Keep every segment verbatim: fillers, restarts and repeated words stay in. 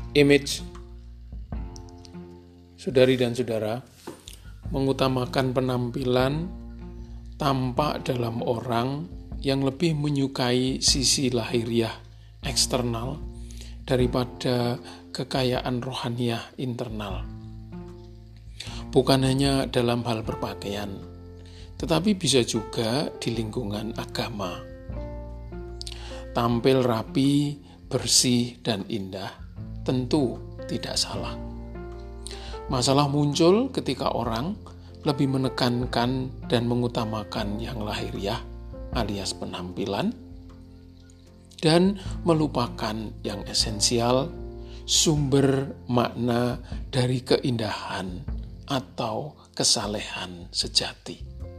Image, saudari dan saudara, mengutamakan penampilan tampak dalam orang yang lebih menyukai sisi lahiriah eksternal daripada kekayaan rohaniah internal. Bukan hanya dalam hal berpakaian, tetapi bisa juga di lingkungan agama. Tampil rapi, bersih, dan indah tentu tidak salah. Masalah muncul ketika orang lebih menekankan dan mengutamakan yang lahiriah alias penampilan dan melupakan yang esensial, sumber makna dari keindahan atau kesalehan sejati.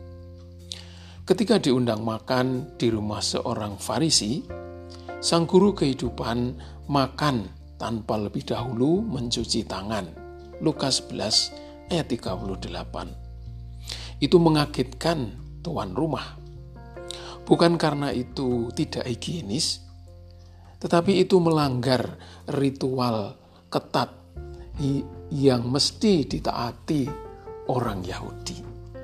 Ketika diundang makan di rumah seorang Farisi, sang guru kehidupan makan tanpa lebih dahulu mencuci tangan. Lukas sebelas ayat tiga puluh delapan. Itu mengagetkan tuan rumah. Bukan karena itu tidak higienis, tetapi itu melanggar ritual ketat yang mesti ditaati orang Yahudi.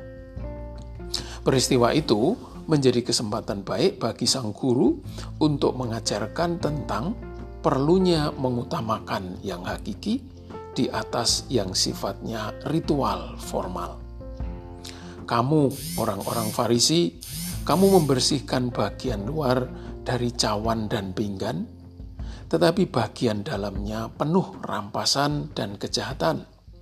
Peristiwa itu menjadi kesempatan baik bagi sang guru untuk mengajarkan tentang perlunya mengutamakan yang hakiki di atas yang sifatnya ritual formal. Kamu, orang-orang Farisi, kamu membersihkan bagian luar dari cawan dan pinggan, tetapi bagian dalamnya penuh rampasan dan kejahatan.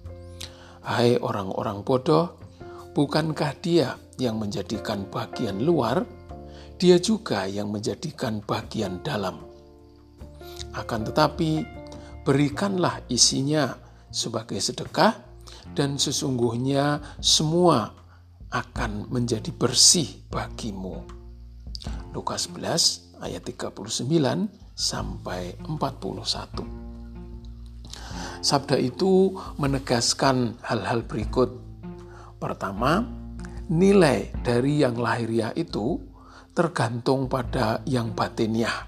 Hai orang-orang bodoh, bukankah Dia yang menjadikan bagian luar, Dia juga yang menjadikan bagian dalam. Akan tetapi, berikanlah isinya sebagai sedekah, dan sesungguhnya semua akan menjadi bersih bagimu. Lukas sebelas ayat tiga puluh sembilan sampai empat puluh satu. Sabda itu menegaskan hal-hal berikut. Pertama, nilai dari yang lahiriah itu tergantung pada yang batiniah.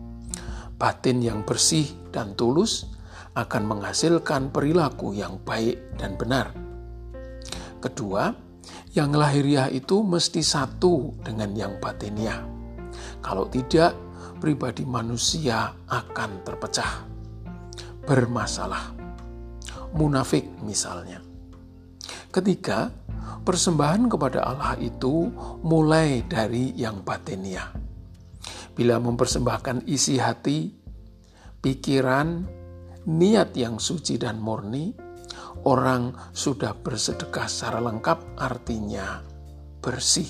Batin yang bersih dan tulus akan menghasilkan perilaku yang baik dan benar. Kedua, yang lahiriah itu mesti satu dengan yang batiniah. Kalau tidak, pribadi manusia akan terpecah, bermasalah, munafik misalnya. Ketiga, persembahan kepada Allah itu mulai dari yang batiniah. Bila mempersembahkan isi hati, pikiran, niat yang suci dan murni, orang sudah bersedekah secara lengkap, artinya bersih.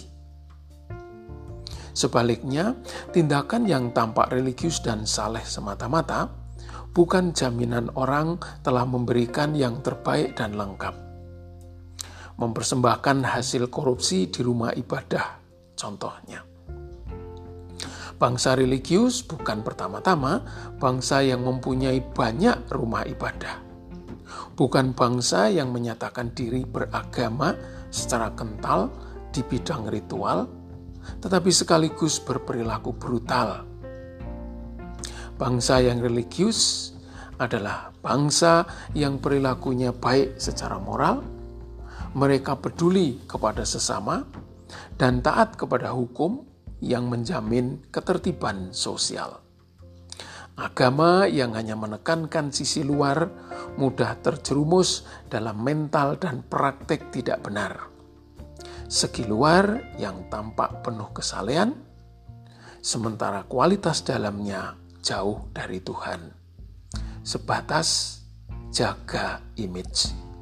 Sebaliknya, tindakan yang tampak religius dan saleh semata-mata bukan jaminan orang telah memberikan yang terbaik dan lengkap. Mempersembahkan hasil korupsi di rumah ibadah, contohnya. Bangsa religius bukan pertama-tama bangsa yang mempunyai banyak rumah ibadah. Bukan bangsa yang menyatakan diri beragama secara kental di bidang ritual, tetapi sekaligus berperilaku brutal. Bangsa yang religius adalah bangsa yang perilakunya baik secara moral, mereka peduli kepada sesama, dan taat kepada hukum yang menjamin ketertiban sosial. Agama yang hanya menekankan sisi luar mudah terjerumus dalam mental dan praktek tidak benar. Segi luar yang tampak penuh kesalehan, sementara kualitas dalamnya jauh dari Tuhan. Sebatas jaga image.